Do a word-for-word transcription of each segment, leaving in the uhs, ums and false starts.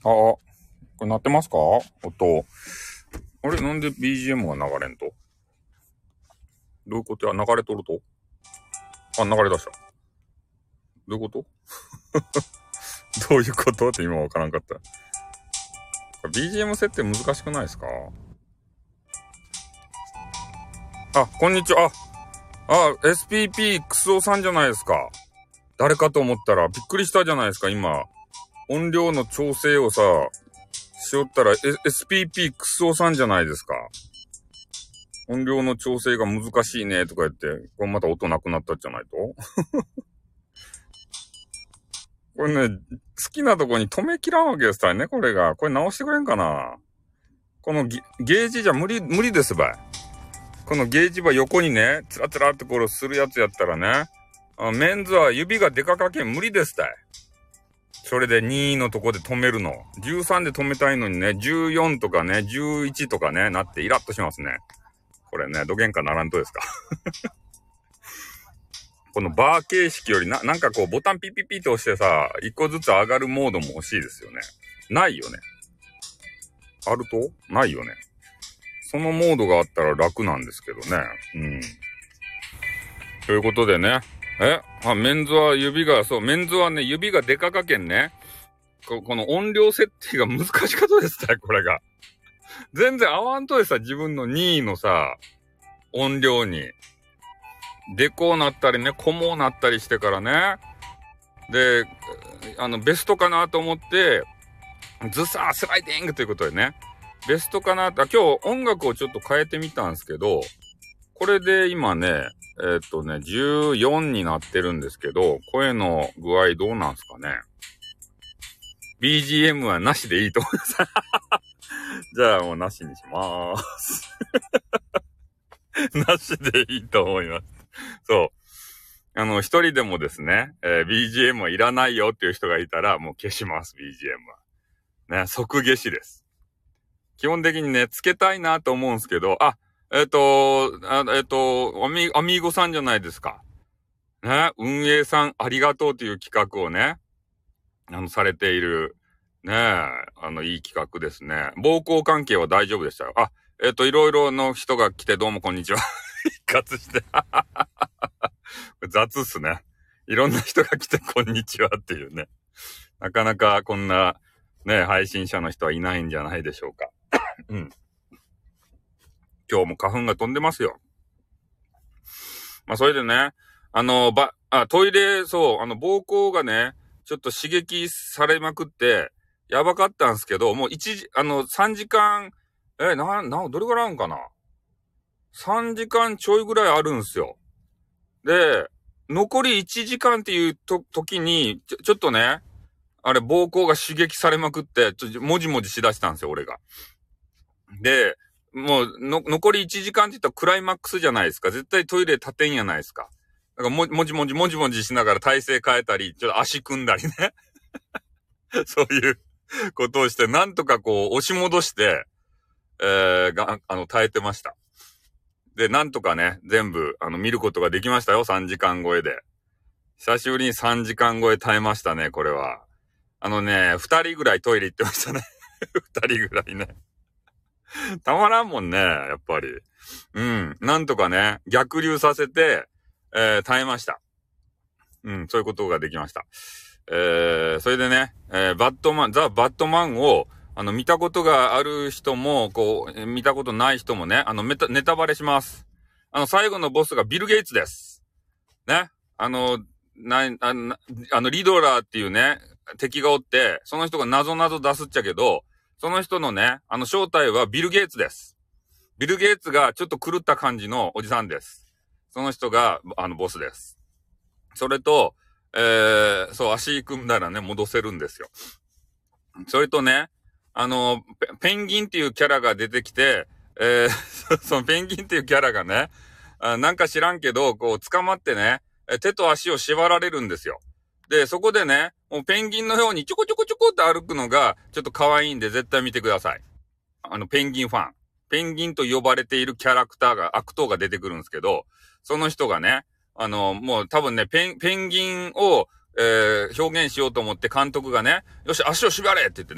ああ、これ鳴ってますか？音。あれなんで ビージーエム が流れんと？どういうことや？流れとると？あ、流れ出した。どういうことどういうことって今わからんかった。ビージーエム 設定難しくないですか？あ、こんにちは。あ、あ、エスピーピー クスオさんじゃないですか。誰かと思ったらびっくりしたじゃないですか、今。音量の調整をさ、しよったら、エスピーピー クスオさんじゃないですか。音量の調整が難しいねとか言って、これまた音なくなったじゃないとこれね、好きなとこに止めきらんわけですからね、これが。これ直してくれんかな？このゲージじゃ無理、無理ですばい。このゲージは横にね、つらつらってこれするやつやったらね、あメンズは指がでかかけん無理ですたい。それでにのとこで止めるの。じゅうさんで止めたいのにね、じゅうよんとかね、じゅういちとかね、なってイラッとしますね。これね、どげんかならんとですか。このバー形式よりな、なんかこうボタンピッピッピッと押してさ、一個ずつ上がるモードも欲しいですよね。ないよね。あると？ないよね。そのモードがあったら楽なんですけどね。うん。ということでね。えあ、メンズは指が、そう、メンズはね、指がでかかけんね。こ, この音量設定が難しかったですね、これが。全然合わんとでさ、自分のにのさ、音量に。でこうなったりね、こもうなったりしてからね。で、あの、ベストかなと思って、ズサースライディングということでね。ベストかなって、今日音楽をちょっと変えてみたんですけど、これで今ね、えー、っとね、じゅうよんになってるんですけど、声の具合どうなんすかね。ビージーエム はなしでいいと思います。じゃあもうなしにしまーす。なしでいいと思います。そう。あの、一人でもですね、えー、ビージーエム はいらないよっていう人がいたら、もう消します、ビージーエム は。ね、即消しです。基本的にね、つけたいなと思うんですけど、あ、えっ、ー、と、あえっ、ー、と、アミ、アミーゴさんじゃないですか。ね、運営さんありがとうという企画をね、あの、されている、ねえ、あの、いい企画ですね。暴行関係は大丈夫でしたよ。あ、えっ、ー、と、いろいろの人が来てどうもこんにちは。一括して。雑っすね。いろんな人が来てこんにちはっていうね。なかなかこんな、ね、配信者の人はいないんじゃないでしょうか。うん。今日も花粉が飛んでますよ。まあ、それでね、あの、ば、あ、トイレ、そう、あの、膀胱がね、ちょっと刺激されまくって、やばかったんですけど、もう一時、あの、さんじかん、え、な、な、どれぐらいあるんかな ?さん 時間ちょいぐらいあるんすよ。で、残りいちじかんっていうと、時に、ちょ、ちょっとね、あれ、膀胱が刺激されまくって、ちょ、もじもじしだしたんですよ、俺が。で、もう、の、残りいちじかんって言ったらクライマックスじゃないですか。絶対トイレ立てんやないですか。だからも、もじもじもじもじしながら体勢変えたり、ちょっと足組んだりね。そういうことをして、なんとかこう、押し戻して、えー、が、あの、耐えてました。で、なんとかね、全部、あの、見ることができましたよ、さんじかん超えで。久しぶりにさんじかん超え耐えましたね、これは。あのね、ふたりぐらいトイレ行ってましたね。ふたりぐらいね。たまらんもんね、やっぱり。うん。なんとかね、逆流させて、えー、耐えました。うん、そういうことができました。えー、それでね、えー、バットマン、ザ・バットマンを、あの、見たことがある人も、こう、見たことない人もね、あの、メタ、ネタバレします。あの、最後のボスがビル・ゲイツです。ね。あの、な、あの、あのリドラーっていうね、敵がおって、その人が謎々出すっちゃけど、その人のね、あの正体はビル・ゲイツです。ビル・ゲイツがちょっと狂った感じのおじさんです。その人が、あの、ボスです。それと、えー、そう、足組んだらね、戻せるんですよ。それとね、あの、ペ、ペンギンっていうキャラが出てきて、えー、そのペンギンっていうキャラがね、あなんか知らんけど、こう、捕まってね、手と足を縛られるんですよ。で、そこでね、もうペンギンのようにちょこちょこちょこって歩くのが、ちょっと可愛いんで絶対見てください。あの、ペンギンファン。ペンギンと呼ばれているキャラクターが、悪党が出てくるんですけど、その人がね、あの、もう多分ね、ペン、ペンギンを、えー、表現しようと思って監督がね、よし、足を縛れって言ってね、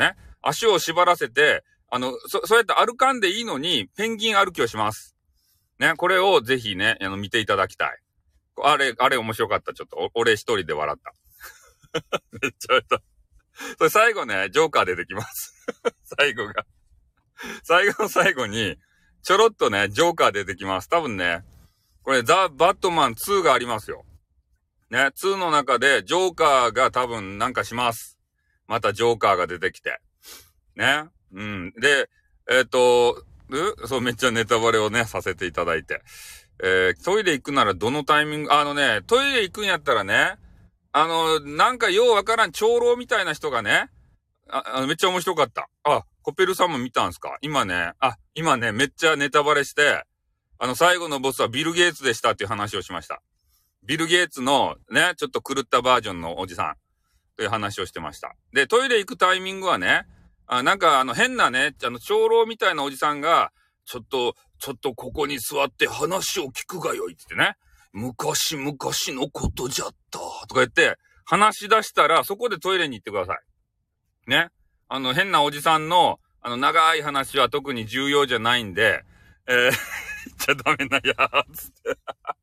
足を縛らせて、あの、そ、そうやって歩かんでいいのに、ペンギン歩きをします。ね、これをぜひね、あの、見ていただきたい。あれ、あれ面白かった。ちょっと、俺一人で笑った。めっちゃ笑った。それ最後ね、ジョーカー出てきます。最後が。最後の最後に、ちょろっとね、ジョーカー出てきます。多分ね、これ、ザ・バットマンツーがありますよ。ね、ツーの中で、ジョーカーが多分なんかします。またジョーカーが出てきて。ね。うん。で、えっと、うそう、めっちゃネタバレをね、させていただいて。えー、トイレ行くならどのタイミング、あのね、トイレ行くんやったらね、あの、なんかようわからん長老みたいな人がね、あ、あめっちゃ面白かった。あ、コペルさんも見たんすか？今ね、あ、今ね、めっちゃネタバレして、あの、最後のボスはビル・ゲイツでしたっていう話をしました。ビル・ゲイツのね、ちょっと狂ったバージョンのおじさんという話をしてました。で、トイレ行くタイミングはね、あなんかあの変なね、あの長老みたいなおじさんが、ちょっと、ちょっとここに座って話を聞くがよいってね、昔々のことじゃったとか言って、話し出したらそこでトイレに行ってください。ね。あの変なおじさんの、あの長い話は特に重要じゃないんで、えー、言っちゃダメなやつって。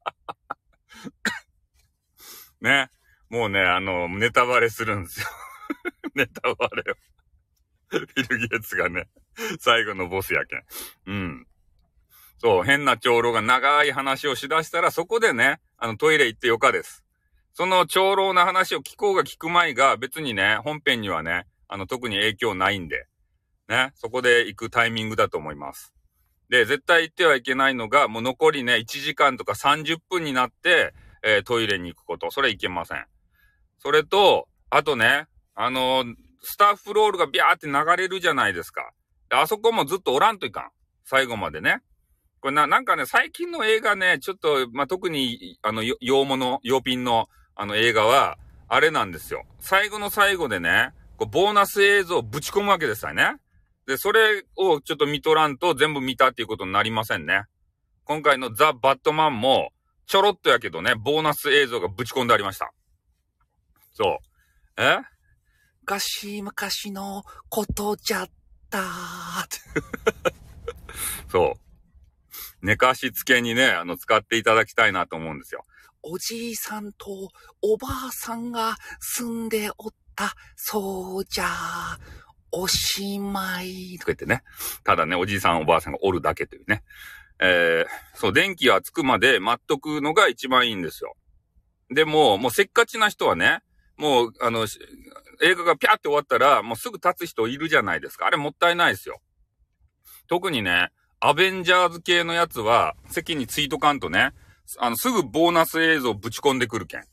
ね。もうね、あの、ネタバレするんですよ。ネタバレを。ビル・ゲイツがね、最後のボスやけん。うん。そう、変な長老が長い話をしだしたら、そこでね、あの、トイレ行ってよかです。その長老の話を聞こうが聞くまいが、別にね、本編にはね、あの、特に影響ないんで、ね、そこで行くタイミングだと思います。で、絶対行ってはいけないのが、もう残りね、いちじかんとかさんじゅっぷんになって、えー、トイレに行くこと。それいけません。それと、あとね、あのー、スタッフロールがビャーって流れるじゃないですか。で、あそこもずっとおらんといかん。最後までね。これな、なんかね、最近の映画ね、ちょっと、まあ、特に、あの、洋物、洋品の、あの映画は、あれなんですよ。最後の最後でね、こうボーナス映像をぶち込むわけですよね。で、それをちょっと見とらんと全部見たっていうことになりませんね。今回のザ・バットマンも、ちょろっとやけどね、ボーナス映像がぶち込んでありました。そう。え昔々のことじゃったーって。そう。寝かしつけにね、あの、使っていただきたいなと思うんですよ。おじいさんとおばあさんが住んでおった、そうじゃー。おしまい。とか言ってね。ただね、おじいさんおばあさんがおるだけというね。えー、そう、電気がつくまで待っとくのが一番いいんですよ。でも、もうせっかちな人はね、もう、あの、映画がピャーって終わったら、もうすぐ立つ人いるじゃないですか。あれもったいないですよ。特にね、アベンジャーズ系のやつは、席についとかんとね、あの、すぐボーナス映像ぶち込んでくるけん。うん。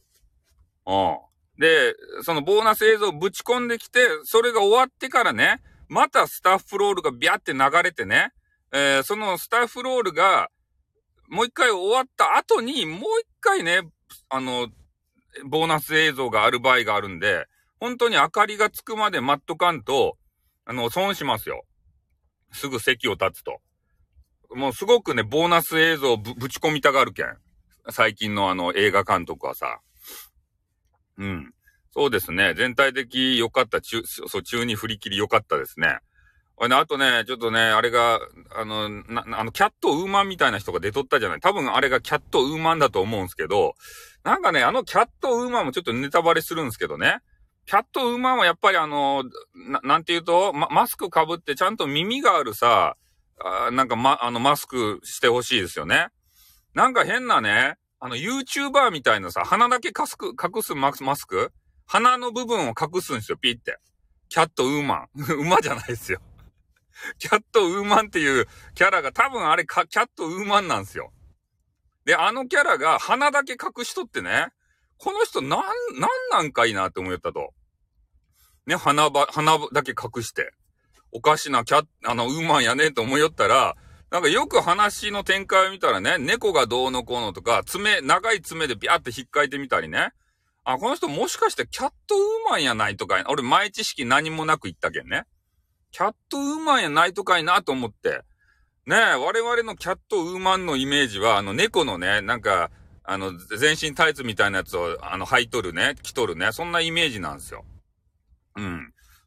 で、そのボーナス映像ぶち込んできて、それが終わってからね、またスタッフロールがビャーって流れてね、えー、そのスタッフロールが、もう一回終わった後に、もう一回ね、あの、ボーナス映像がある場合があるんで、本当に明かりがつくまで待っとかんと、あの、損しますよ。すぐ席を立つと。もうすごくね、ボーナス映像を ぶ, ぶち込みたがるけん。最近のあの映画監督はさ。うん。そうですね。全体的良かった。中、そう、中に振り切り良かったですね。あとね、ちょっとね、あれが、あの、な、あの、キャットウーマンみたいな人が出とったじゃない。多分あれがキャットウーマンだと思うんですけど、なんかね、あのキャットウーマンもちょっとネタバレするんですけどね。キャットウーマンはやっぱりあの、な、なんて言うと、ま、マスク被ってちゃんと耳があるさ、あなんかま、あの、マスクしてほしいですよね。なんか変なね、あの、YouTuber みたいなさ、鼻だけ隠す、隠すマスク鼻の部分を隠すんですよ、ピーって。キャットウーマン。馬じゃないですよ。キャットウーマンっていうキャラが多分あれか、キャットウーマンなんですよ。で、あのキャラが鼻だけ隠しとってね、この人なん、なんなんかいいなって思ったと。ね、鼻ば、鼻だけ隠して。おかしなキャッ、あの、ウーマンやねと思いよったら、なんかよく話の展開を見たらね、猫がどうのこうのとか、爪、長い爪でビャーって引っかいてみたりね。あ、この人もしかしてキャットウーマンやないとかいな。俺前知識何もなく言ったけんね。キャットウーマンやないとかいなと思って。ねえ、我々のキャットウーマンのイメージは、あの猫のね、なんか、あの、全身タイツみたいなやつを、あの、履いとるね、着とるね、そんなイメージなんですよ。うん。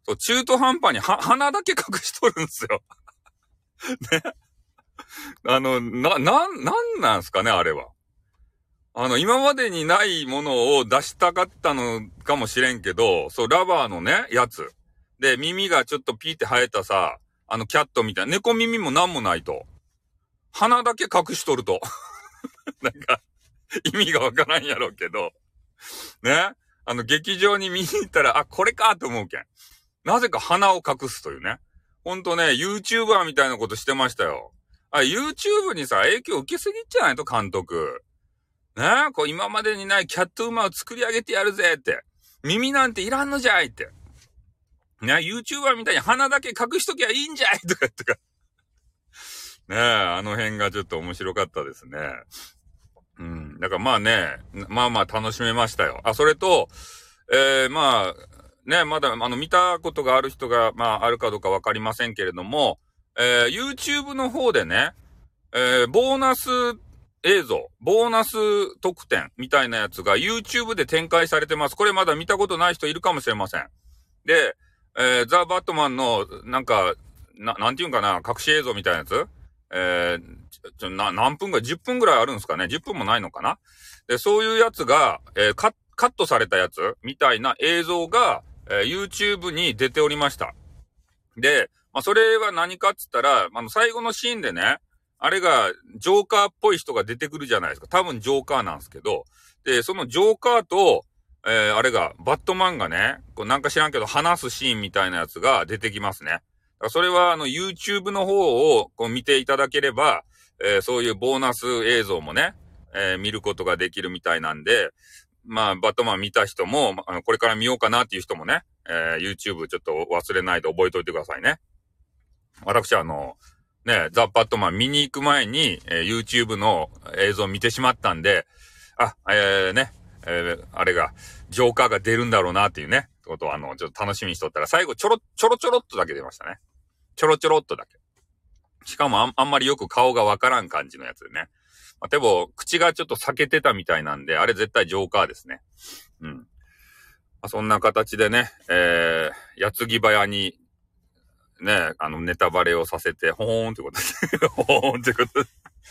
そう、中途半端には、鼻だけ隠しとるんですよ。ね。あの、な、な、なんなんすかね、あれは。あの、今までにないものを出したかったのかもしれんけど、そう、ラバーのね、やつ。で、耳がちょっとピーって生えたさ、あの、キャットみたいな、猫耳もなんもないと。鼻だけ隠しとると。なんか、意味がわからんやろうけど。ね。あの、劇場に見に行ったら、あ、これかと思うけん。なぜか鼻を隠すというね。ほんとね、YouTuber みたいなことしてましたよ。あ、YouTube にさ、影響受けすぎじゃないと、監督。ねえ、こう今までにないキャット馬を作り上げてやるぜって。耳なんていらんのじゃいって。ねえ、YouTuber みたいに鼻だけ隠しときゃいいんじゃいとかとか。ねえ、あの辺がちょっと面白かったですね。うん。だからまあね、まあまあ楽しめましたよ。あ、それと、えー、まあ、ね、まだあの見たことがある人が、まああるかどうかわかりませんけれども、えー、YouTube の方でね、えー、ボーナス映像、ボーナス特典みたいなやつが YouTube で展開されてます。これまだ見たことない人いるかもしれません。で、えー、ザ・バットマンの、なんか、な、なんていうんかな、隠し映像みたいなやつえー、ちょ、な、何分か、じゅっぷんぐらいあるんですかね ?じゅっぷんもないのかなで、そういうやつが、えー、カ、カットされたやつみたいな映像が、えー、YouTube に出ておりました。で、まあ、それは何かっつったら、あの、最後のシーンでね、あれが、ジョーカーっぽい人が出てくるじゃないですか。多分ジョーカーなんですけど。で、そのジョーカーと、えー、あれが、バットマンがね、こうなんか知らんけど話すシーンみたいなやつが出てきますね。だからそれは、あの、YouTube の方をこう見ていただければ、えー、そういうボーナス映像もね、えー、見ることができるみたいなんで、まあ、バットマン見た人も、あの、これから見ようかなっていう人もね、えー、YouTube ちょっと忘れないで覚えておいてくださいね。私はあの、ね、ザ・バットマン見に行く前に、えー、YouTube の映像を見てしまったんで、あ、えー、ね、えー、あれが、ジョーカーが出るんだろうなっていうね、ことをあの、ちょっと楽しみにしとったら、最後ちょろ、ちょろちょろっとだけ出ましたね。ちょろちょろっとだけ。しかもあん、あんまりよく顔がわからん感じのやつでね。まあ、でも、口がちょっと裂けてたみたいなんで、あれ絶対ジョーカーですね。うん。まあ、そんな形でね、えー、矢継ぎ早に、ね、あの、ネタバレをさせて、ほーんってことで、ほーんってことで。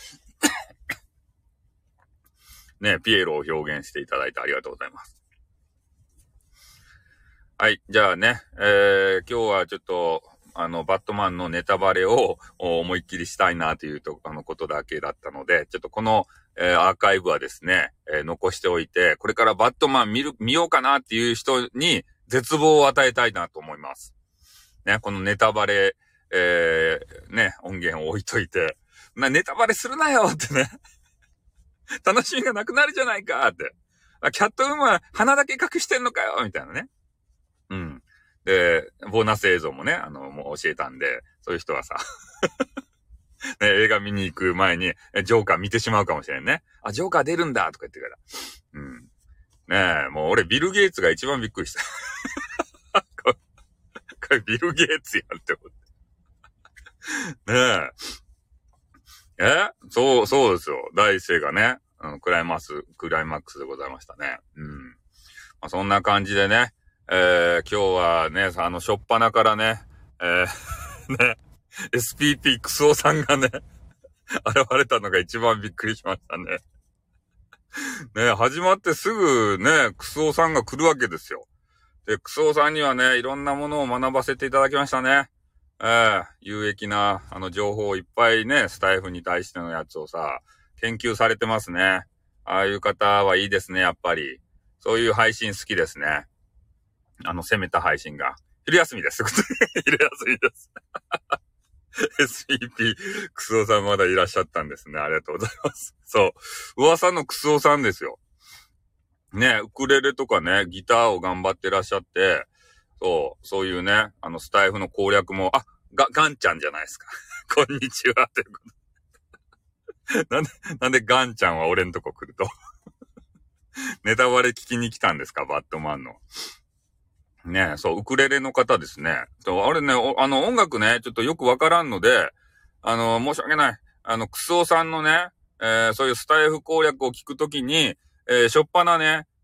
ね、ピエロを表現していただいてありがとうございます。はい、じゃあね、えー、今日はちょっと、あの、バットマンのネタバレを思いっきりしたいなというと、あの、ことだけだったので、ちょっとこの、えー、アーカイブはですね、えー、残しておいて、これからバットマン見る、見ようかなっていう人に絶望を与えたいなと思います。ね、このネタバレ、えー、ね、音源を置いといて、な、ネタバレするなよってね。楽しみがなくなるじゃないかって。あ、キャットウーマン鼻だけ隠してんのかよみたいなね。うん。で、ボーナス映像もね、あの、もう教えたんで、そういう人はさ、ね、映画見に行く前に、ジョーカー見てしまうかもしれんね。あ、ジョーカー出るんだとか言ってから。うん。ねえ、もう俺ビル・ゲイツが一番びっくりした。これビル・ゲイツやんって思って。ねえ。えそう、そうですよ。第一声がね、うん、クライマックス、クライマックスでございましたね。うん。まあ、そんな感じでね、えー、今日はね、あの、しょっぱなからね、えー、ね、エスピーピー クソさんがね、現れたのが一番びっくりしましたね。ね、始まってすぐね、クソさんが来るわけですよ。で、クソさんにはね、いろんなものを学ばせていただきましたね。えー、有益な、あの、情報をいっぱいね、スタイフに対してのやつをさ、研究されてますね。ああいう方はいいですね、やっぱり。そういう配信好きですね。あの、攻めた配信が。昼休みです。昼休みです。エスピーピー クソさんまだいらっしゃったんですね。ありがとうございます。そう。噂のクソさんですよ。ね、ウクレレとかね、ギターを頑張ってらっしゃって、そう、そういうね、あの、スタイフの攻略も、あ、が、ガンちゃんじゃないですか。こんにちは、ということ。なんで、なんでガンちゃんは俺んとこ来ると。ネタバレ聞きに来たんですか、バットマンの。ねえ、そう、ウクレレの方ですね。そう、あれね、あの、音楽ね、ちょっとよくわからんので、あの、申し訳ない。あの、クソさんのね、えー、そういうスタイフ攻略を聞くときに、えー、しょっぱなね、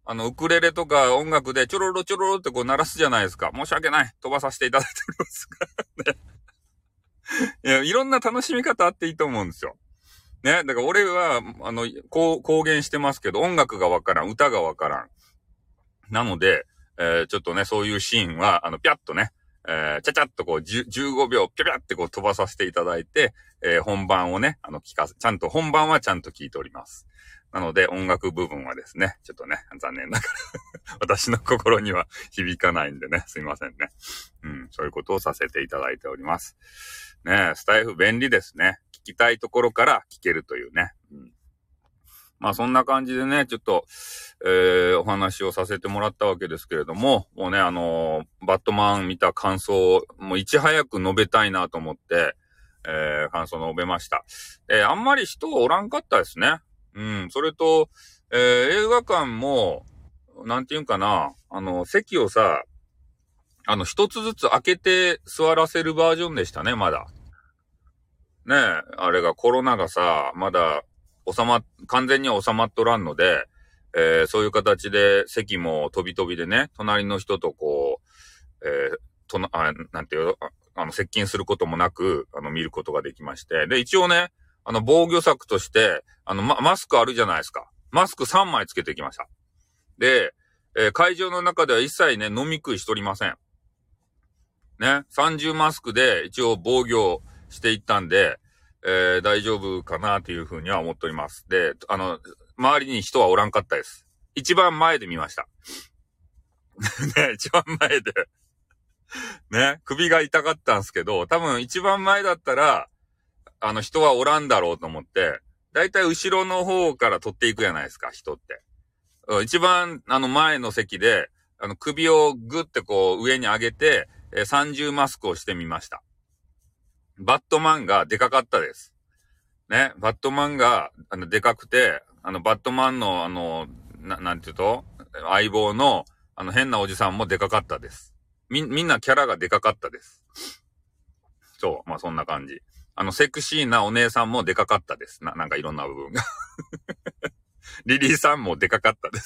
あの、ウクレレとか音楽でちょろろちょろろってこう鳴らすじゃないですか。申し訳ない。飛ばさせていただいておりますがね。いや、いろんな楽しみ方あっていいと思うんですよ。ね。だから俺は、あの、こう、公言してますけど、音楽がわからん、歌がわからん。なので、えー、ちょっとね、そういうシーンは、あの、ぴゃっとね、えー、ちゃちゃっとこう、じゅうごびょう、ぴゃぴゃってこう飛ばさせていただいて、えー、本番をね、あの、聞かせ、ちゃんと、本番はちゃんと聞いております。なので、音楽部分はですね、ちょっとね、残念ながら私の心には響かないんでね、すいませんね。うん、そういうことをさせていただいております。ね、スタイフ便利ですね。聞きたいところから聞けるというね。うん、まあそんな感じでね、ちょっと、えー、お話をさせてもらったわけですけれども、もうね、あのー、バットマン見た感想を、もういち早く述べたいなと思って、えー、感想を述べました。えー、あんまり人がおらんかったですね。うん、それと、えー、映画館も、なんていうんかな、あの、席をさ、あの、一つずつ開けて座らせるバージョンでしたね、まだ。ねえ、あれがコロナがさ、まだ収まっ、完全には収まっとらんので、えー、そういう形で席も飛び飛びでね、隣の人とこう、えー、とな、あ、なんていうあ、あの、接近することもなく、あの、見ることができまして。で、一応ね、あの、防御策として、あの、ま、マスクあるじゃないですか。マスクさんまいつけてきました。で、えー、会場の中では一切ね、飲み食いしとりません。ね、三重マスクで一応防御していったんで、えー、大丈夫かなというふうには思っております。で、あの、周りに人はおらんかったです。一番前で見ました。ね、一番前でね、首が痛かったんですけど、多分一番前だったら、あの人はおらんだろうと思って、だいたい後ろの方から取っていくじゃないですか、人って。一番、あの前の席で、あの首をグッてこう上に上げて、えー、三重マスクをしてみました。バットマンがでかかったです。ね、バットマンが、あの、でかくて、あの、バットマンの、あの、な、なんていうと、相棒の、あの、変なおじさんもでかかったです。み、みんなキャラがでかかったです。そう、まあ、そんな感じ。あの、セクシーなお姉さんもでかかったです。な、なんかいろんな部分が。リリーさんもでかかったです。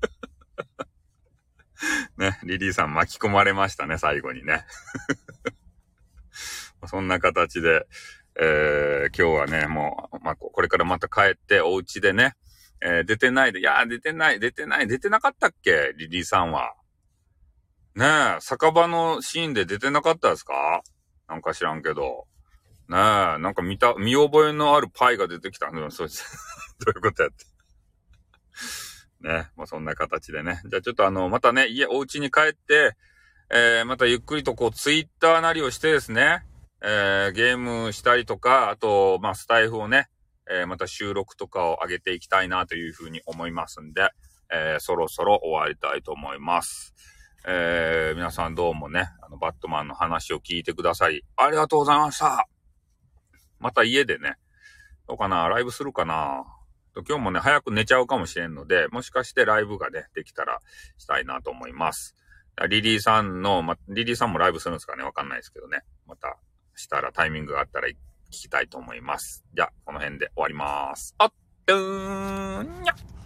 ね、リリーさん巻き込まれましたね、最後にね。そんな形で、えー、今日はね、もう、まあ、これからまた帰ってお家でね、えー、出てないで、いやー出てない、出てない、出てなかったっけリリーさんは。ねえ、酒場のシーンで出てなかったですか？なんか知らんけど。ねえ、なんか見た、見覚えのあるパイが出てきたのよ、そいつ。どういうことやって。ね、まあ、そんな形でね。じゃあちょっとあの、またね、家、お家に帰って、えー、またゆっくりとこう、ツイッターなりをしてですね、えー、ゲームしたりとか、あと、まあ、スタイフをね、えー、また収録とかを上げていきたいなというふうに思いますんで、えー、そろそろ終わりたいと思います。えー、皆さんどうもね、あの、バットマンの話を聞いてくださり、ありがとうございました。また家でね、どうかな、ライブするかな。今日もね、早く寝ちゃうかもしれんので、もしかしてライブがね、できたらしたいなと思います。リリーさんの、ま、リリーさんもライブするんですかね、わかんないですけどね。また、したらタイミングがあったら聞きたいと思います。じゃあ、この辺で終わります。あっ、どーんにゃっ